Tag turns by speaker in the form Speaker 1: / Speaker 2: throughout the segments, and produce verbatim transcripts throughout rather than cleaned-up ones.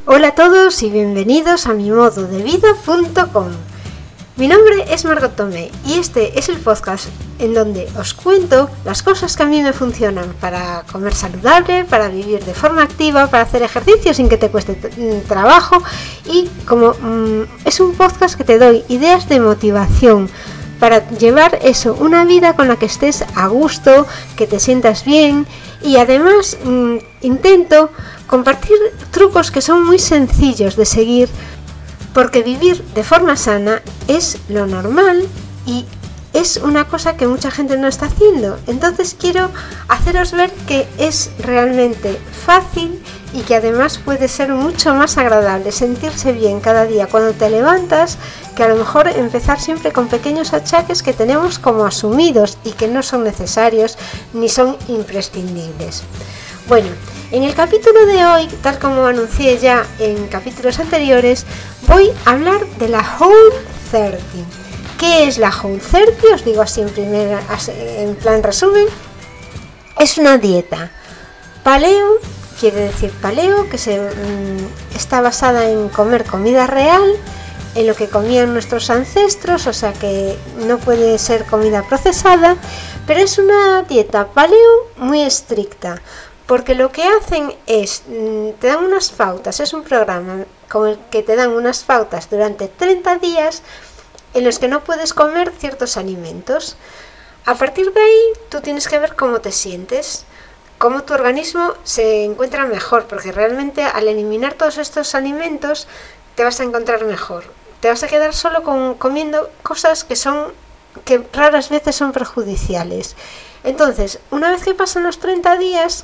Speaker 1: Hola a todos y bienvenidos a mi modo de vida punto com. Mi nombre es Margot Tomé y este es el podcast en donde os cuento las cosas que a mí me funcionan para comer saludable, para vivir de forma activa, para hacer ejercicio sin que te cueste t- trabajo y como mmm, es un podcast que te doy ideas de motivación para llevar eso, una vida con la que estés a gusto, que te sientas bien y además mmm, intento compartir trucos que son muy sencillos de seguir porque vivir de forma sana es lo normal y es una cosa que mucha gente no está haciendo. Entonces quiero haceros ver que es realmente fácil y que además puede ser mucho más agradable sentirse bien cada día cuando te levantas, que a lo mejor empezar siempre con pequeños achaques que tenemos como asumidos y que no son necesarios ni son imprescindibles. Bueno, en el capítulo de hoy, tal como anuncié ya en capítulos anteriores, voy a hablar de la Whole treinta. ¿Qué es la Whole treinta? Os digo así en, primera, en plan resumen. Es una dieta paleo, quiere decir paleo, que se, mmm, está basada en comer comida real, en lo que comían nuestros ancestros, o sea que no puede ser comida procesada, pero es una dieta paleo muy estricta. Porque lo que hacen es, te dan unas pautas, es un programa con el que te dan unas pautas durante treinta días en los que no puedes comer ciertos alimentos. A partir de ahí tú tienes que ver cómo te sientes, cómo tu organismo se encuentra mejor, porque realmente al eliminar todos estos alimentos te vas a encontrar mejor. Te vas a quedar solo con, comiendo cosas que son, que raras veces son perjudiciales. Entonces, una vez que pasan los treinta días,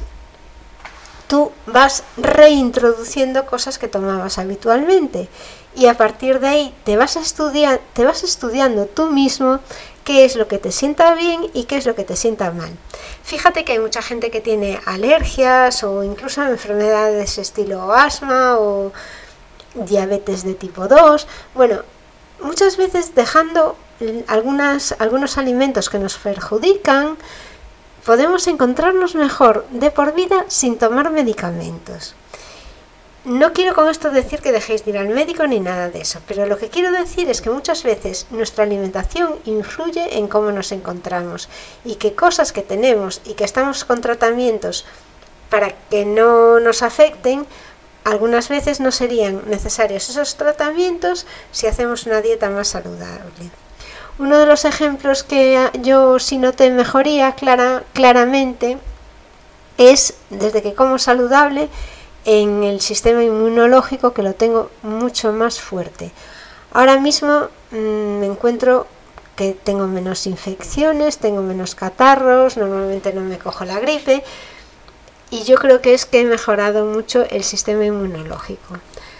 Speaker 1: tú vas reintroduciendo cosas que tomabas habitualmente y a partir de ahí te vas a estudiar, te vas estudiando tú mismo qué es lo que te sienta bien y qué es lo que te sienta mal. Fíjate que hay mucha gente que tiene alergias o incluso enfermedades estilo asma o diabetes de tipo dos. Bueno, muchas veces dejando algunas, algunos alimentos que nos perjudican, podemos encontrarnos mejor de por vida sin tomar medicamentos. No quiero con esto decir que dejéis de ir al médico ni nada de eso, pero lo que quiero decir es que muchas veces nuestra alimentación influye en cómo nos encontramos y que cosas que tenemos y que estamos con tratamientos para que no nos afecten, algunas veces no serían necesarios esos tratamientos si hacemos una dieta más saludable. Uno de los ejemplos que yo sí noté mejoría clara, claramente es desde que como saludable en el sistema inmunológico, que lo tengo mucho más fuerte. Ahora mismo mmm, me encuentro que tengo menos infecciones, tengo menos catarros, normalmente no me cojo la gripe y yo creo que es que he mejorado mucho el sistema inmunológico.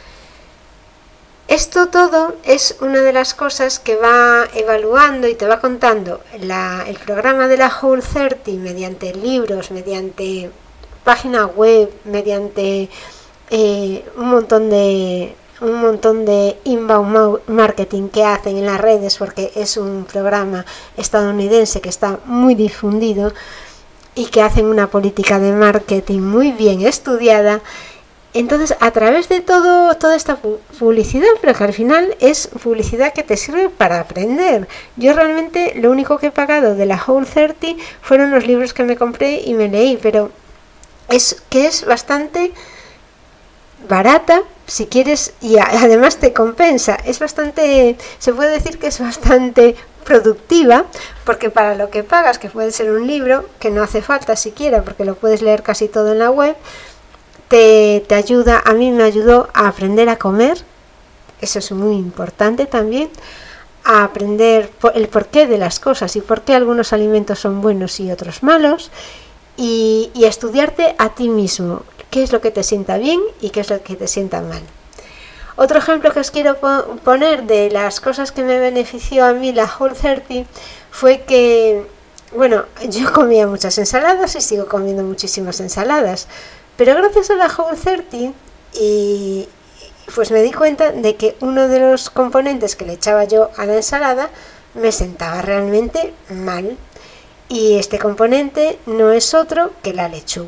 Speaker 1: Esto todo es una de las cosas que va evaluando y te va contando la, el programa de la Whole treinta mediante libros, mediante página web, mediante eh, un montón de un montón de inbound marketing que hacen en las redes, porque es un programa estadounidense que está muy difundido y que hacen una política de marketing muy bien estudiada. Entonces, a través de todo, toda esta publicidad, pero que al final es publicidad que te sirve para aprender. Yo realmente lo único que he pagado de la Whole treinta fueron los libros que me compré y me leí, pero es que es bastante barata si quieres y además te compensa. Es bastante, se puede decir que es bastante productiva, porque para lo que pagas, que puede ser un libro, que no hace falta siquiera porque lo puedes leer casi todo en la web, Te, te ayuda, a mí me ayudó a aprender a comer, eso es muy importante también, a aprender el porqué de las cosas y por qué algunos alimentos son buenos y otros malos, y, y a estudiarte a ti mismo, qué es lo que te sienta bien y qué es lo que te sienta mal. Otro ejemplo que os quiero po- poner de las cosas que me benefició a mí la Whole treinta fue que, bueno, yo comía muchas ensaladas y sigo comiendo muchísimas ensaladas, pero gracias a la Whole treinta y pues me di cuenta de que uno de los componentes que le echaba yo a la ensalada me sentaba realmente mal. Y este componente no es otro que la lechuga.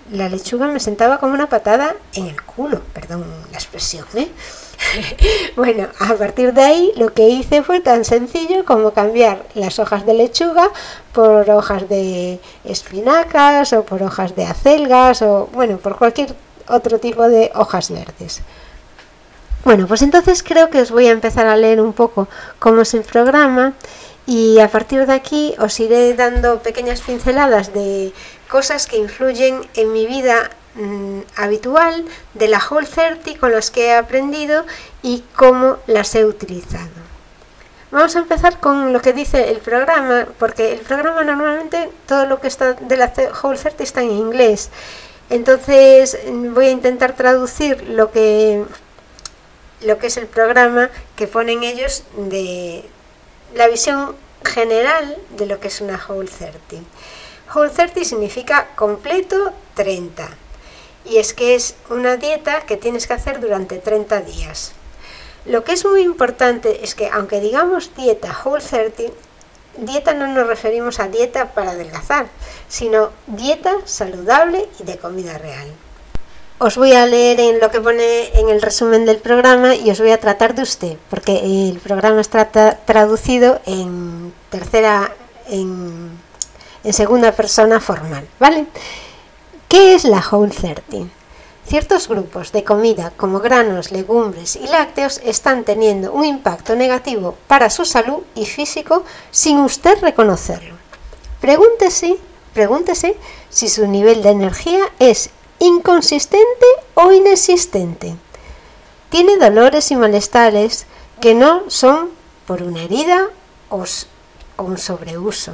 Speaker 1: la lechuga me sentaba como una patada en el culo, perdón la expresión, ¿eh? Bueno, a partir de ahí lo que hice fue tan sencillo como cambiar las hojas de lechuga por hojas de espinacas o por hojas de acelgas o bueno, por cualquier otro tipo de hojas verdes. Bueno, pues entonces creo que os voy a empezar a leer un poco cómo es el programa y a partir de aquí os iré dando pequeñas pinceladas de cosas que influyen en mi vida mmm, habitual, de la Whole treinta con las que he aprendido y cómo las he utilizado. Vamos a empezar con lo que dice el programa, porque el programa normalmente todo lo que está de la Whole treinta está en inglés. Entonces voy a intentar traducir lo que, lo que es el programa que ponen ellos de la visión general de lo que es una Whole treinta. Whole treinta significa completo treinta y es que es una dieta que tienes que hacer durante treinta días. Lo que es muy importante es que aunque digamos dieta Whole treinta, dieta no nos referimos a dieta para adelgazar, sino dieta saludable y de comida real. Os voy a leer en lo que pone en el resumen del programa y os voy a tratar de usted, porque el programa está tra- traducido en tercera, en, en segunda persona formal, ¿vale? ¿Qué es la Whole treinta? Ciertos grupos de comida como granos, legumbres y lácteos están teniendo un impacto negativo para su salud y físico sin usted reconocerlo. Pregúntese, pregúntese si su nivel de energía es inconsistente o inexistente. Tiene dolores y malestares que no son por una herida o, o un sobreuso.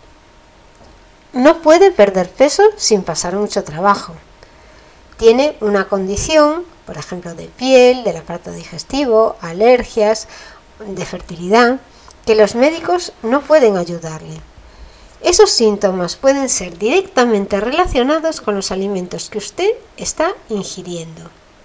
Speaker 1: No puede perder peso sin pasar mucho trabajo. Tiene una condición, por ejemplo, de piel, del aparato digestivo, alergias, de fertilidad, que los médicos no pueden ayudarle. Esos síntomas pueden ser directamente relacionados con los alimentos que usted está ingiriendo.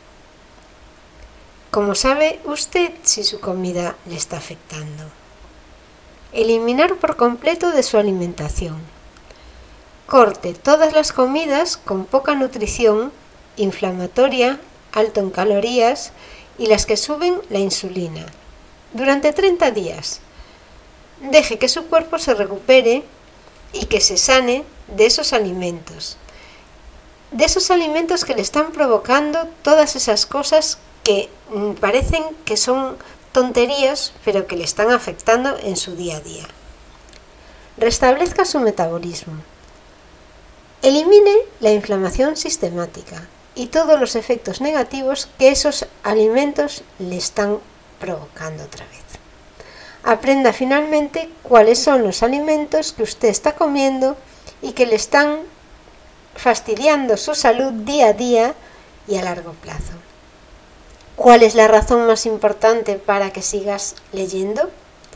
Speaker 1: ¿Cómo sabe usted si su comida le está afectando? Eliminar por completo de su alimentación. Corte todas las comidas con poca nutrición, inflamatoria, alto en calorías y las que suben la insulina. Durante treinta días. Deje que su cuerpo se recupere y que se sane de esos alimentos, de esos alimentos que le están provocando todas esas cosas que mm, parecen que son tonterías, pero que le están afectando en su día a día. Restablezca su metabolismo. Elimine la inflamación sistemática y todos los efectos negativos que esos alimentos le están provocando otra vez. Aprenda finalmente cuáles son los alimentos que usted está comiendo y que le están fastidiando su salud día a día y a largo plazo. ¿Cuál es la razón más importante para que sigas leyendo?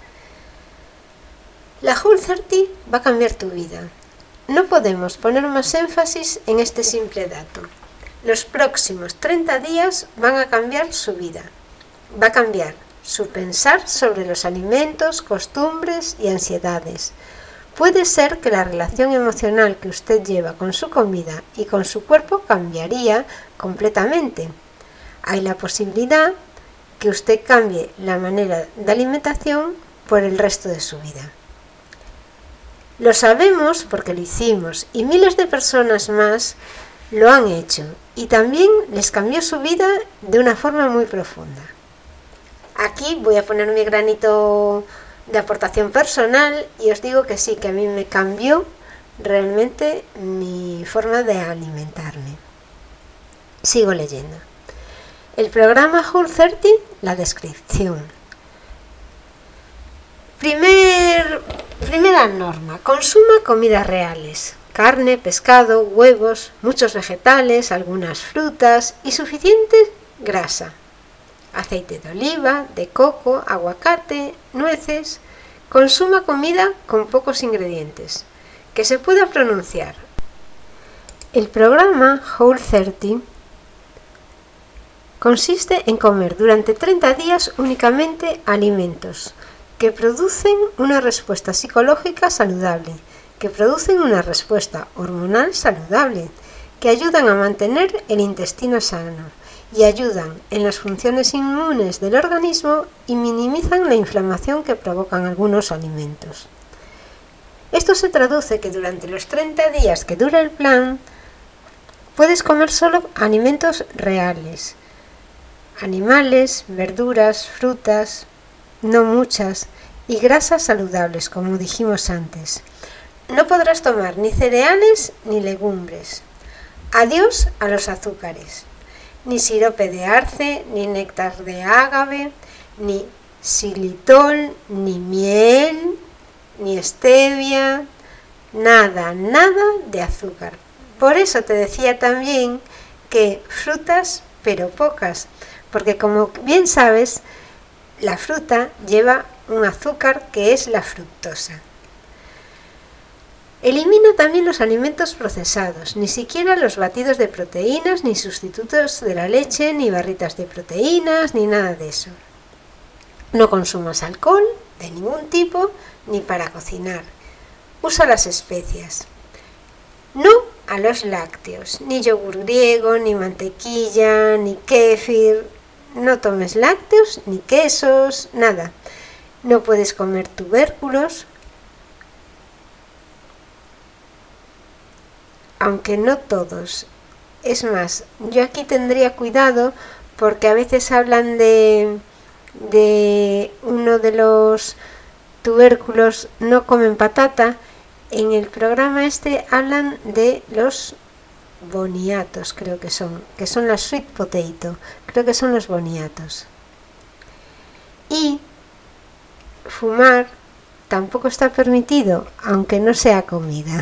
Speaker 1: La Whole treinta va a cambiar tu vida. No podemos poner más énfasis en este simple dato. Los próximos treinta días van a cambiar su vida. Va a cambiar su pensar sobre los alimentos, costumbres y ansiedades. Puede ser que la relación emocional que usted lleva con su comida y con su cuerpo cambiaría completamente. Hay la posibilidad que usted cambie la manera de alimentación por el resto de su vida. Lo sabemos porque lo hicimos y miles de personas más lo han hecho y también les cambió su vida de una forma muy profunda. Aquí voy a poner mi granito de aportación personal y os digo que sí, que a mí me cambió realmente mi forma de alimentarme. Sigo leyendo. El programa Whole treinta, la descripción. Primer, primera norma, consuma comidas reales. Carne, pescado, huevos, muchos vegetales, algunas frutas y suficiente grasa. Aceite de oliva, de coco, aguacate, nueces. Consuma comida con pocos ingredientes, que se pueda pronunciar. El programa Whole treinta consiste en comer durante treinta días únicamente alimentos que producen una respuesta psicológica saludable, que producen una respuesta hormonal saludable, que ayudan a mantener el intestino sano y ayudan en las funciones inmunes del organismo y minimizan la inflamación que provocan algunos alimentos. Esto se traduce que durante los treinta días que dura el plan, puedes comer solo alimentos reales, animales, verduras, frutas, no muchas, y grasas saludables, como dijimos antes. No podrás tomar ni cereales ni legumbres. Adiós a los azúcares. Ni sirope de arce, ni néctar de ágave, ni xilitol, ni miel, ni stevia, nada, nada de azúcar. Por eso te decía también que frutas, pero pocas, porque como bien sabes, la fruta lleva un azúcar que es la fructosa. Elimina también los alimentos procesados, ni siquiera los batidos de proteínas, ni sustitutos de la leche, ni barritas de proteínas, ni nada de eso. No consumas alcohol de ningún tipo, ni para cocinar. Usa las especias. No a los lácteos, ni yogur griego, ni mantequilla, ni kéfir. No tomes lácteos, ni quesos, nada. No puedes comer tubérculos, aunque no todos. Es más, yo aquí tendría cuidado porque a veces hablan de, de uno de los tubérculos, no comen patata. En el programa este hablan de los boniatos, creo que son, que son las sweet potato, creo que son los boniatos. Y fumar tampoco está permitido, aunque no sea comida.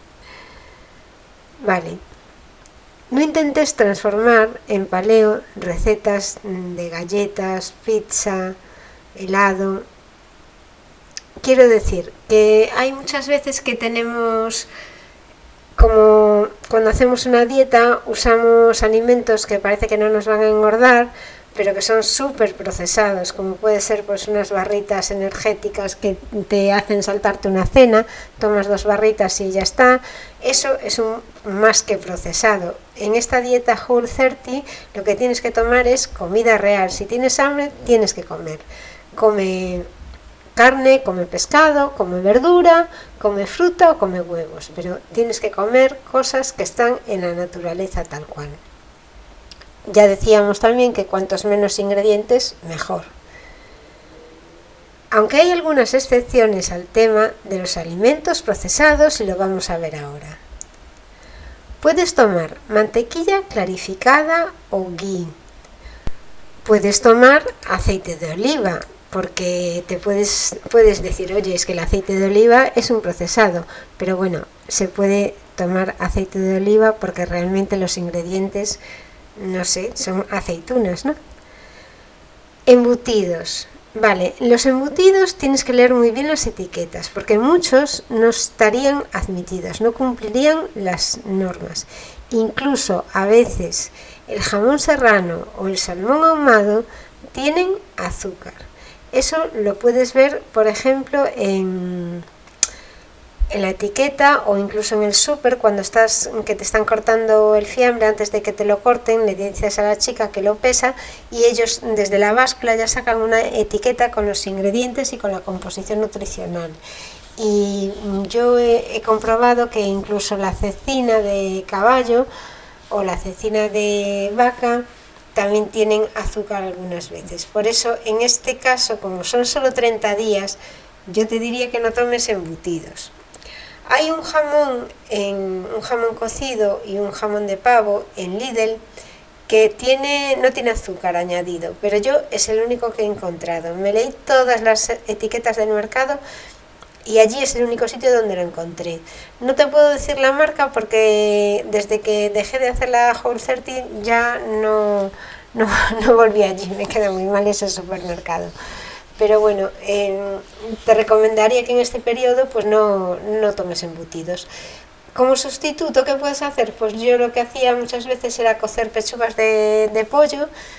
Speaker 1: Vale. No intentes transformar en paleo recetas de galletas, pizza, helado. Quiero decir que hay muchas veces que tenemos, como cuando hacemos una dieta, usamos alimentos que parece que no nos van a engordar, pero que son súper procesados, como puede ser pues unas barritas energéticas que te hacen saltarte una cena, tomas dos barritas y ya está. Eso es un más que procesado. En esta dieta Whole treinta lo que tienes que tomar es comida real. Si tienes hambre, tienes que comer. Come carne, come pescado, come verdura, come fruta o come huevos, pero tienes que comer cosas que están en la naturaleza tal cual. Ya decíamos también que cuantos menos ingredientes, mejor. Aunque hay algunas excepciones al tema de los alimentos procesados y lo vamos a ver ahora. Puedes tomar mantequilla clarificada o ghee. Puedes tomar aceite de oliva, porque te puedes, puedes decir, oye, es que el aceite de oliva es un procesado, pero bueno, se puede tomar aceite de oliva porque realmente los ingredientes, no sé, son aceitunas, ¿no? Embutidos. Vale, los embutidos tienes que leer muy bien las etiquetas, porque muchos no estarían admitidos, no cumplirían las normas. Incluso a veces el jamón serrano o el salmón ahumado tienen azúcar. Eso lo puedes ver, por ejemplo, en, en la etiqueta o incluso en el súper cuando estás, que te están cortando el fiambre. Antes de que te lo corten, le dices a la chica que lo pesa y ellos desde la báscula ya sacan una etiqueta con los ingredientes y con la composición nutricional. Y yo he, he comprobado que incluso la cecina de caballo o la cecina de vaca también tienen azúcar algunas veces. Por eso, en este caso, como son solo treinta días, yo te diría que no tomes embutidos. Hay un jamón, en, un jamón cocido y un jamón de pavo en Lidl que tiene, no tiene azúcar añadido, pero yo es el único que he encontrado. Me leí todas las etiquetas del mercado y allí es el único sitio donde lo encontré. No te puedo decir la marca porque desde que dejé de hacer la Whole treinta ya no, no, no volví allí, me queda muy mal ese supermercado. Pero bueno, eh, te recomendaría que en este periodo pues no, no tomes embutidos. Como sustituto, ¿qué puedes hacer? Pues yo lo que hacía muchas veces era cocer pechugas de, de pollo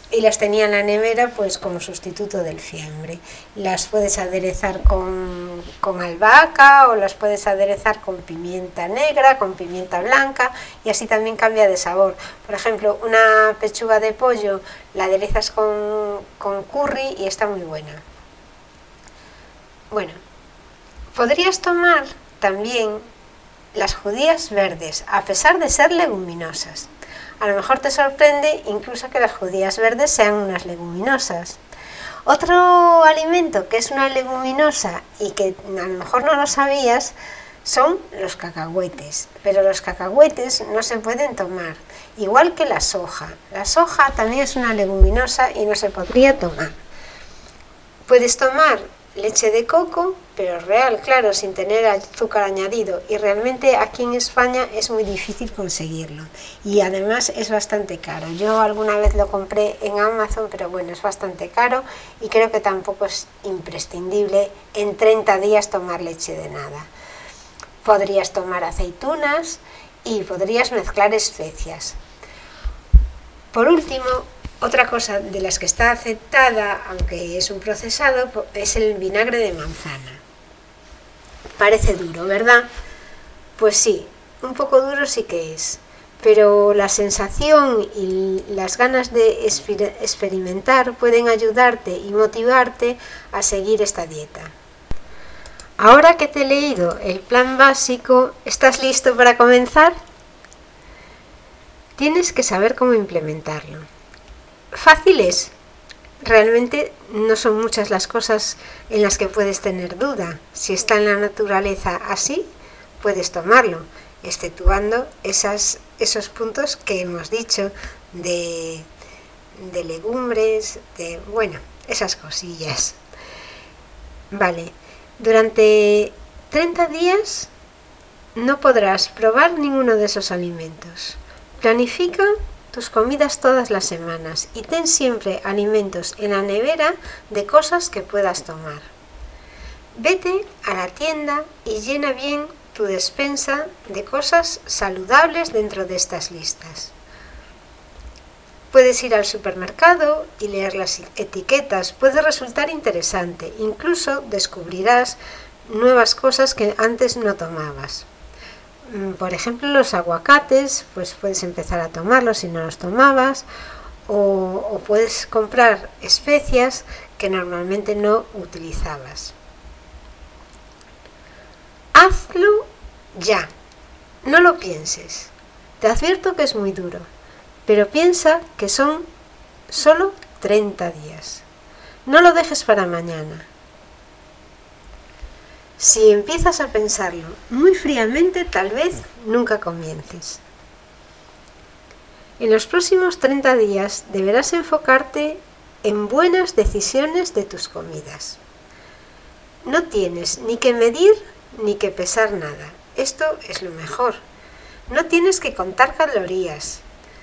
Speaker 1: y las tenía en la nevera pues como sustituto del fiambre. Las puedes aderezar con, con albahaca o las puedes aderezar con pimienta negra, con pimienta blanca, y así también cambia de sabor. Por ejemplo, una pechuga de pollo la aderezas con, con curry y está muy buena. Bueno, podrías tomar también las judías verdes, a pesar de ser leguminosas. A lo mejor te sorprende incluso que las judías verdes sean unas leguminosas. Otro alimento que es una leguminosa y que a lo mejor no lo sabías son los cacahuetes, pero los cacahuetes no se pueden tomar, igual que la soja. La soja también es una leguminosa y no se podría tomar. Puedes tomar leche de coco, pero real, claro, sin tener azúcar añadido, y realmente aquí en España es muy difícil conseguirlo y además es bastante caro. Yo alguna vez lo compré en Amazon, pero bueno, es bastante caro y creo que tampoco es imprescindible en treinta días tomar leche de nada. Podrías tomar aceitunas y podrías mezclar especias. Por último, otra cosa de las que está aceptada, aunque es un procesado, es el vinagre de manzana. Parece duro, ¿verdad? Pues sí, un poco duro sí que es, pero la sensación y las ganas de experimentar pueden ayudarte y motivarte a seguir esta dieta. Ahora que te he leído el plan básico, ¿estás listo para comenzar? Tienes que saber cómo implementarlo. Fácil es. Realmente no son muchas las cosas en las que puedes tener duda. Si está en la naturaleza así, puedes tomarlo, exceptuando esas, esos puntos que hemos dicho de, de legumbres, de, bueno, esas cosillas. Vale, durante treinta días no podrás probar ninguno de esos alimentos. Planifica tus comidas todas las semanas y ten siempre alimentos en la nevera de cosas que puedas tomar. Vete a la tienda y llena bien tu despensa de cosas saludables dentro de estas listas. Puedes ir al supermercado y leer las etiquetas, puede resultar interesante, incluso descubrirás nuevas cosas que antes no tomabas. Por ejemplo, los aguacates, pues puedes empezar a tomarlos si no los tomabas, o, o puedes comprar especias que normalmente no utilizabas. Hazlo ya, no lo pienses. Te advierto que es muy duro, pero piensa que son solo treinta días. No lo dejes para mañana. Si empiezas a pensarlo muy fríamente, tal vez nunca comiences. En los próximos treinta días deberás enfocarte en buenas decisiones de tus comidas. No tienes ni que medir ni que pesar nada. Esto es lo mejor. No tienes que contar calorías.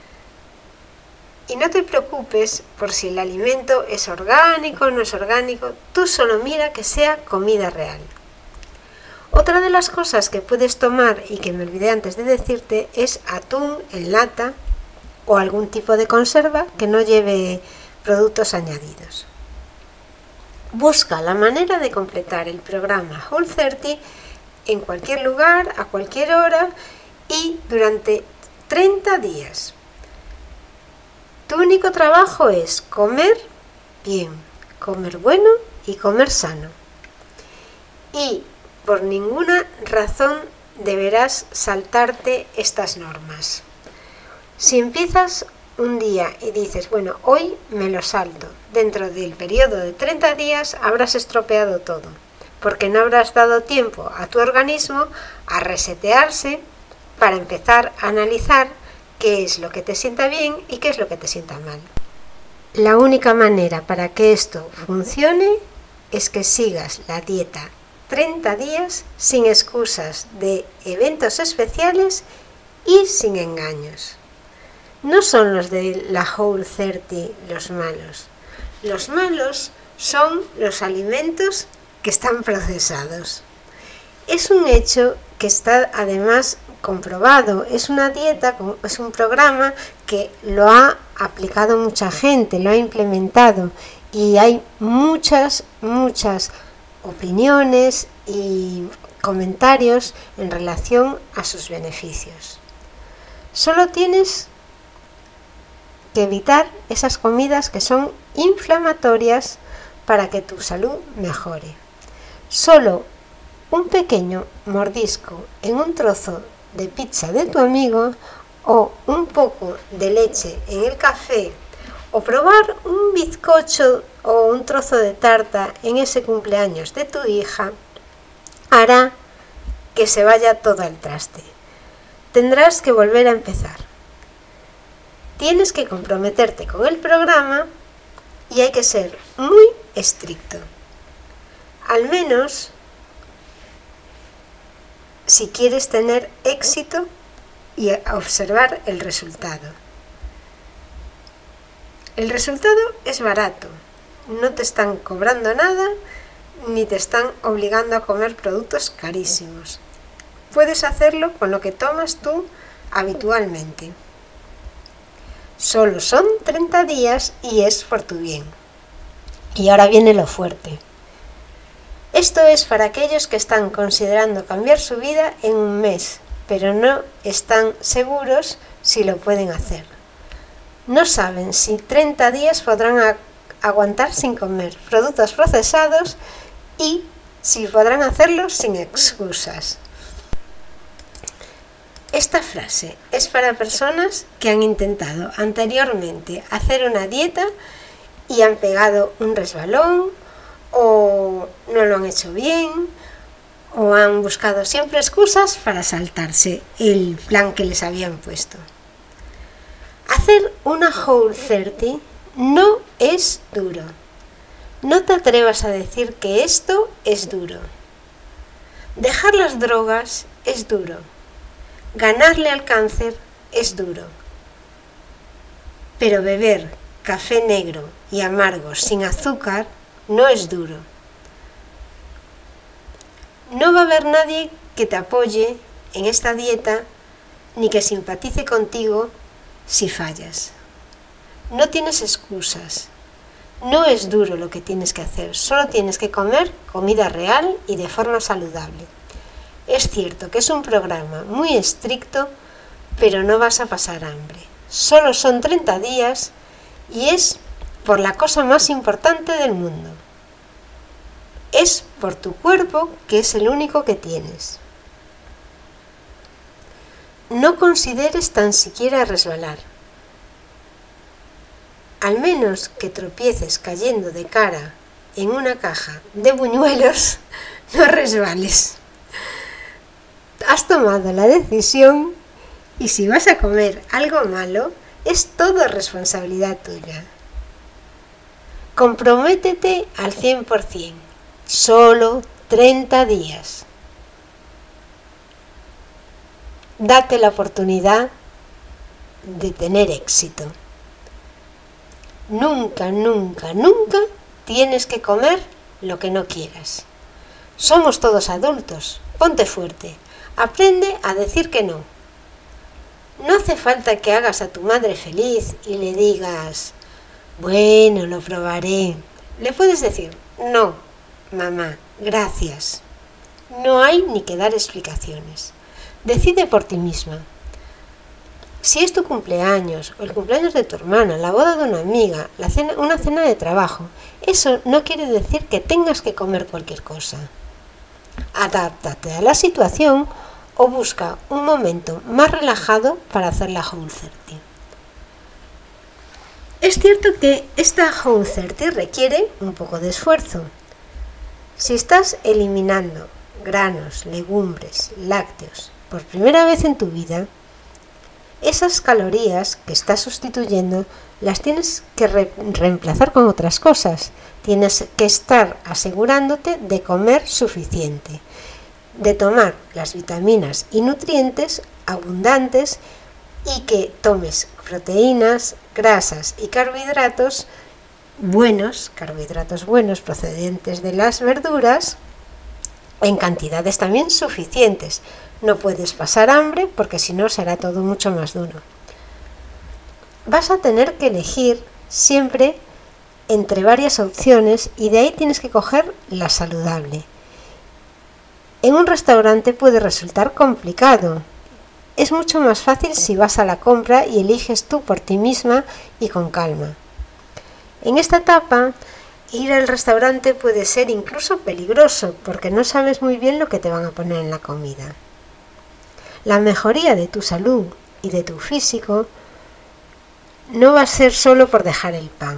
Speaker 1: Y no te preocupes por si el alimento es orgánico o no es orgánico. Tú solo mira que sea comida real. Otra de las cosas que puedes tomar y que me olvidé antes de decirte es atún en lata o algún tipo de conserva que no lleve productos añadidos. Busca la manera de completar el programa Whole treinta en cualquier lugar, a cualquier hora y durante treinta días. Tu único trabajo es comer bien, comer bueno y comer sano. Y por ninguna razón deberás saltarte estas normas. Si empiezas un día y dices, bueno, hoy me lo salto, dentro del periodo de treinta días habrás estropeado todo, porque no habrás dado tiempo a tu organismo a resetearse para empezar a analizar qué es lo que te sienta bien y qué es lo que te sienta mal. La única manera para que esto funcione es que sigas la dieta treinta días sin excusas de eventos especiales y sin engaños. No son los de la Whole treinta los malos. Los malos son los alimentos que están procesados. Es un hecho que está además comprobado, es una dieta, es un programa que lo ha aplicado mucha gente, lo ha implementado y hay muchas, muchas opiniones y comentarios en relación a sus beneficios. Solo tienes que evitar esas comidas que son inflamatorias para que tu salud mejore. Solo un pequeño mordisco en un trozo de pizza de tu amigo o un poco de leche en el café o probar un bizcocho o un trozo de tarta en ese cumpleaños de tu hija hará que se vaya todo al traste. Tendrás que volver a empezar. Tienes que comprometerte con el programa y hay que ser muy estricto. Al menos si quieres tener éxito y observar el resultado. El resultado es barato, no te están cobrando nada ni te están obligando a comer productos carísimos. Puedes hacerlo con lo que tomas tú habitualmente. Solo son treinta días y es por tu bien. Y ahora viene lo fuerte. Esto es para aquellos que están considerando cambiar su vida en un mes, pero no están seguros si lo pueden hacer. No saben si treinta días podrán a- aguantar sin comer productos procesados y si podrán hacerlo sin excusas. Esta frase es para personas que han intentado anteriormente hacer una dieta y han pegado un resbalón o no lo han hecho bien o han buscado siempre excusas para saltarse el plan que les habían puesto. Hacer una Whole treinta no es duro. No te atrevas a decir que esto es duro. Dejar las drogas es duro. Ganarle al cáncer es duro. Pero beber café negro y amargo sin azúcar no es duro. No va a haber nadie que te apoye en esta dieta ni que simpatice contigo si fallas. No tienes excusas. No es duro lo que tienes que hacer, solo tienes que comer comida real y de forma saludable. Es cierto que es un programa muy estricto, pero no vas a pasar hambre. Solo son treinta días y es por la cosa más importante del mundo. Es por tu cuerpo, que es el único que tienes. No consideres tan siquiera resbalar. Al menos que tropieces cayendo de cara en una caja de buñuelos, no resbales. Has tomado la decisión y si vas a comer algo malo, es todo responsabilidad tuya. Comprométete al cien por ciento. Solo treinta días. Date la oportunidad de tener éxito. Nunca, nunca, nunca tienes que comer lo que no quieras. Somos todos adultos. Ponte fuerte. Aprende a decir que no. No hace falta que hagas a tu madre feliz y le digas, bueno, lo probaré. Le puedes decir, no, mamá, gracias. No hay ni que dar explicaciones. Decide por ti misma. Si es tu cumpleaños, o el cumpleaños de tu hermana, la boda de una amiga, la cena, una cena de trabajo, eso no quiere decir que tengas que comer cualquier cosa. Adáptate a la situación o busca un momento más relajado para hacer la Whole treinta. Es cierto que esta Whole treinta requiere un poco de esfuerzo. Si estás eliminando granos, legumbres, lácteos por primera vez en tu vida, esas calorías que estás sustituyendo las tienes que re- reemplazar con otras cosas. Tienes que estar asegurándote de comer suficiente, de tomar las vitaminas y nutrientes abundantes y que tomes proteínas, grasas y carbohidratos buenos, carbohidratos buenos procedentes de las verduras en cantidades también suficientes. No puedes pasar hambre porque si no será todo mucho más duro. Vas a tener que elegir siempre entre varias opciones y de ahí tienes que coger la saludable. En un restaurante puede resultar complicado. Es mucho más fácil si vas a la compra y eliges tú por ti misma y con calma. En esta etapa, ir al restaurante puede ser incluso peligroso porque no sabes muy bien lo que te van a poner en la comida. La mejoría de tu salud y de tu físico no va a ser solo por dejar el pan.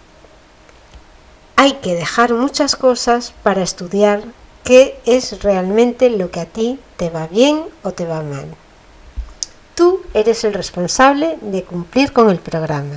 Speaker 1: Hay que dejar muchas cosas para estudiar qué es realmente lo que a ti te va bien o te va mal. Tú eres el responsable de cumplir con el programa.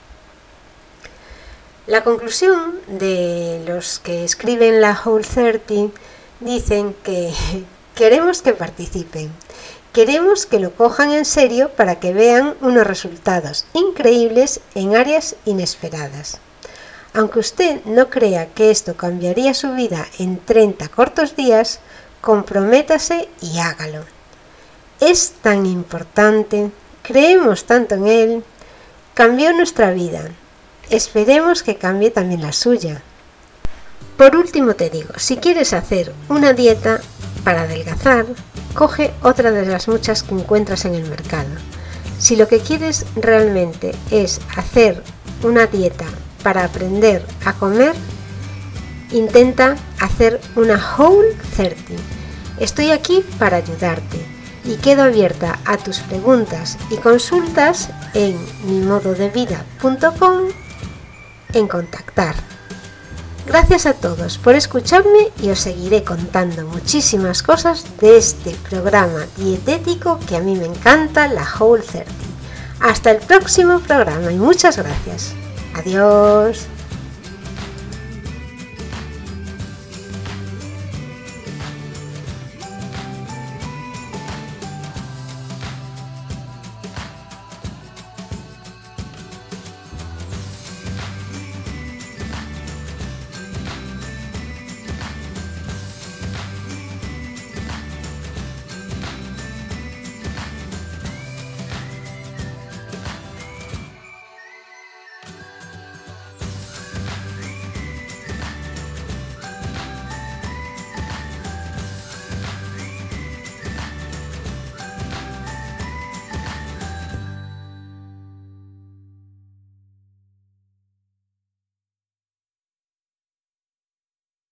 Speaker 1: La conclusión de los que escriben la Whole treinta dicen que queremos que participen. Queremos que lo cojan en serio para que vean unos resultados increíbles en áreas inesperadas. Aunque usted no crea que esto cambiaría su vida en treinta cortos días, comprométase y hágalo. Es tan importante, creemos tanto en él, cambió nuestra vida. Esperemos que cambie también la suya. Por último te digo, si quieres hacer una dieta para adelgazar, coge otra de las muchas que encuentras en el mercado. Si lo que quieres realmente es hacer una dieta para aprender a comer, intenta hacer una Whole treinta. Estoy aquí para ayudarte y quedo abierta a tus preguntas y consultas en mi modo de vida punto com en contactar. Gracias a todos por escucharme y os seguiré contando muchísimas cosas de este programa dietético que a mí me encanta, la Whole treinta. Hasta el próximo programa y muchas gracias. Adiós.